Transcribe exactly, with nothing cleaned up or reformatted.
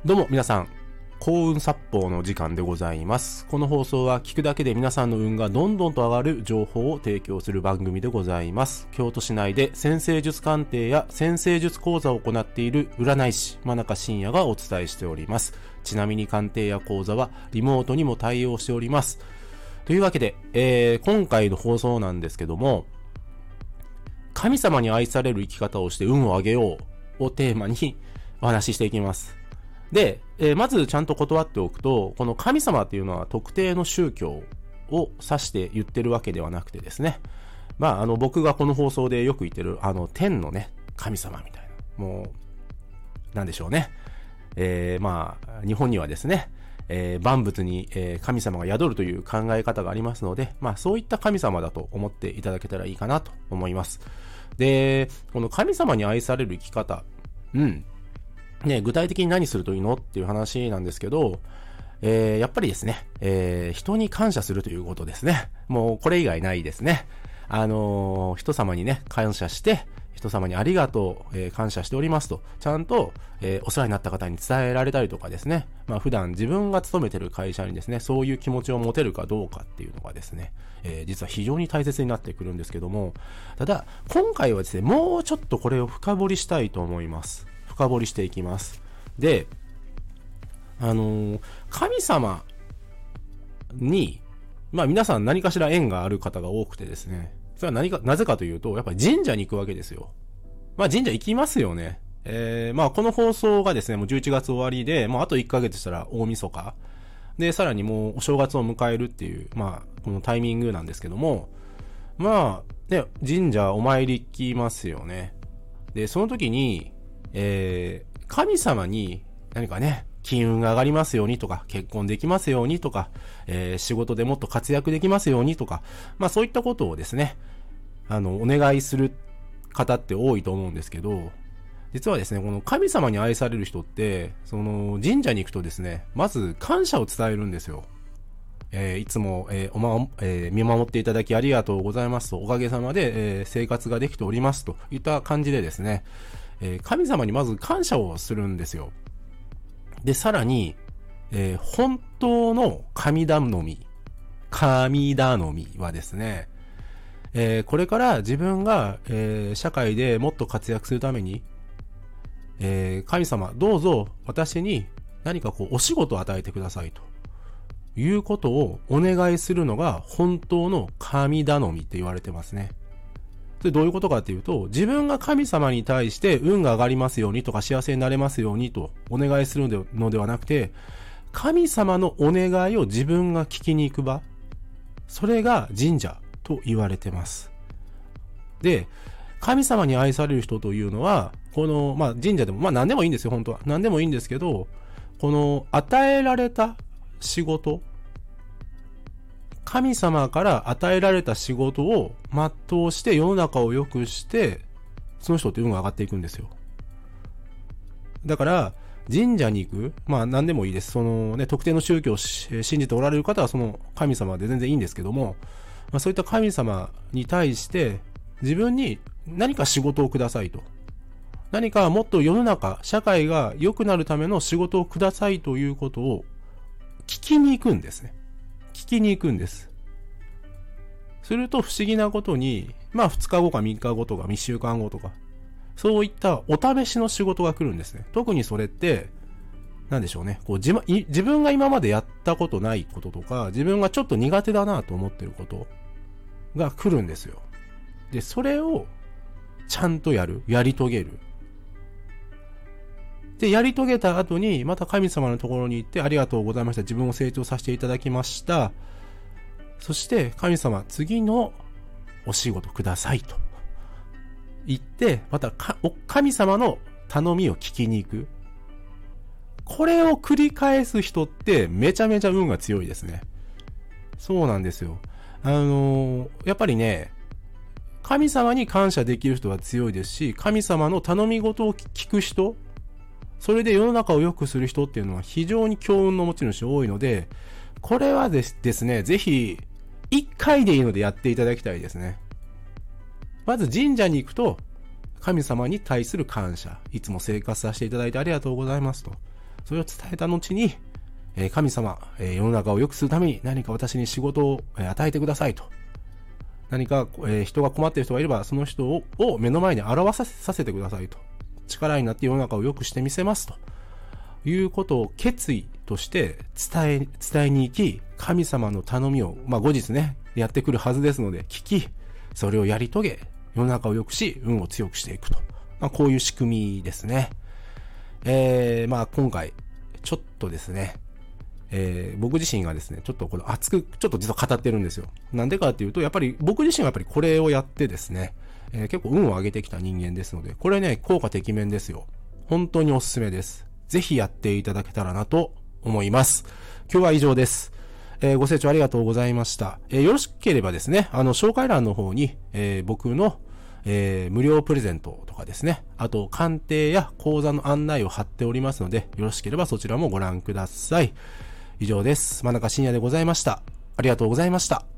どうも皆さん、幸運殺法の時間でございます。この放送は聞くだけで皆さんの運がどんどんと上がる情報を提供する番組でございます。京都市内で占星術鑑定や占星術講座を行っている占い師真中信也がお伝えしております。ちなみに鑑定や講座はリモートにも対応しております。というわけで、えー、今回の放送なんですけども、神様に愛される生き方をして運を上げようをテーマにお話ししていきます。で、えー、まずちゃんと断っておくと、この神様っていうのは特定の宗教を指して言ってるわけではなくてですね。まあ、あの、僕がこの放送でよく言ってる、あの、天のね、神様みたいな。もう、なんでしょうね。えー、まあ、日本にはですね、えー、万物に、えー、神様が宿るという考え方がありますので、まあ、そういった神様だと思っていただけたらいいかなと思います。で、この神様に愛される生き方、うん。ね、具体的に何するといいのっていう話なんですけど、えー、やっぱりですね、えー、人に感謝するということですね。もうこれ以外ないですね。あのー、人様にね、感謝して、人様にありがとう、えー、感謝しておりますと、ちゃんと、えー、お世話になった方に伝えられたりとかですね、まあ普段自分が勤めてる会社にですね、そういう気持ちを持てるかどうかっていうのがですね、えー、実は非常に大切になってくるんですけども、ただ、今回はですね、もうちょっとこれを深掘りしたいと思います。深掘りしていきます。で、あのー、神様に、まあ皆さん何かしら縁がある方が多くてですね、それは何か、なぜかというと、やっぱり神社に行くわけですよ。まあ神社行きますよね。えー、まあこの放送がですね、もうじゅういちがつ終わりで、もうあといっかげつしたら大晦日。で、さらにもうお正月を迎えるっていう、まあこのタイミングなんですけども、まあ、ね、神社お参り行きますよね。で、その時に、えー、神様に何かね、金運が上がりますようにとか、結婚できますようにとか、えー、仕事でもっと活躍できますようにとか、まあそういったことをですね、あの、お願いする方って多いと思うんですけど、実はですね、この神様に愛される人って、その神社に行くとですね、まず感謝を伝えるんですよ。えー、いつも、えーおまえー、見守っていただきありがとうございますと、おかげさまで、えー、生活ができておりますといった感じでですね、えー、神様にまず感謝をするんですよ。で、さらに、えー、本当の神頼み、神頼みはですね、えー、これから自分が、えー、社会でもっと活躍するために、えー、神様、どうぞ私に何かこうお仕事を与えてくださいということをお願いするのが本当の神頼みって言われてますね。それどういうことかっていうと、自分が神様に対して運が上がりますようにとか幸せになれますようにとお願いするのではなくて、神様のお願いを自分が聞きに行く場、それが神社と言われてます。で、神様に愛される人というのは、この、まあ神社でも、まあ何でもいいんですよ、本当は。何でもいいんですけど、この与えられた仕事、神様から与えられた仕事を全うして世の中を良くして、その人って運が上がっていくんですよ。だから、神社に行く、まあ何でもいいです。そのね、特定の宗教を信じておられる方はその神様で全然いいんですけども、まあそういった神様に対して自分に何か仕事をくださいと。何かもっと世の中、社会が良くなるための仕事をくださいということを聞きに行くんですね。聞きに行くんです。すると不思議なことに、まあふつかごかみっかごとかいっしゅうかんごとか、そういったお試しの仕事が来るんですね。特にそれって、なんでしょうね。こう自, 自分が今までやったことないこととか、自分がちょっと苦手だなと思ってることが来るんですよ。で、それをちゃんとやる。やり遂げる。で、やり遂げた後に、また神様のところに行って、ありがとうございました。自分を成長させていただきました。そして、神様、次のお仕事くださいと言って、また神様の頼みを聞きに行く。これを繰り返す人って、めちゃめちゃ運が強いですね。そうなんですよ。あのー、やっぱりね、神様に感謝できる人は強いですし、神様の頼み事を聞く人、それで世の中を良くする人っていうのは非常に強運の持ち主多いので、これはですですね、ぜひ、一回でいいのでやっていただきたいですね。まず神社に行くと、神様に対する感謝。いつも生活させていただいてありがとうございますと。 それを伝えた後に、えー、神様、えー、世の中を良くするために何か私に仕事を、えー、与えてくださいと。何か、えー、人が困っている人がいれば、その人をを目の前に表させさせてくださいと。力になって世の中を良くしてみせますと。いうことを決意として伝え、伝えに行き、神様の頼みを、まあ後日ね、やってくるはずですので、聞き、それをやり遂げ、世の中を良くし、運を強くしていくと。まあこういう仕組みですね。えー、まあ今回、ちょっとですね、えー、僕自身がですね、ちょっとこれ熱く、ちょっと実は語ってるんですよ。なんでかっていうと、やっぱり僕自身はやっぱりこれをやってですね、えー、結構運を上げてきた人間ですので、これね、効果てきめんですよ。本当におすすめです。ぜひやっていただけたらなと思います。今日は以上です。えー、ご清聴ありがとうございました。えー、よろしければですね、あの、紹介欄の方に、えー、僕の、えー、無料プレゼントとかですね、あと、鑑定や講座の案内を貼っておりますので、よろしければそちらもご覧ください。以上です。真中信也でございました。ありがとうございました。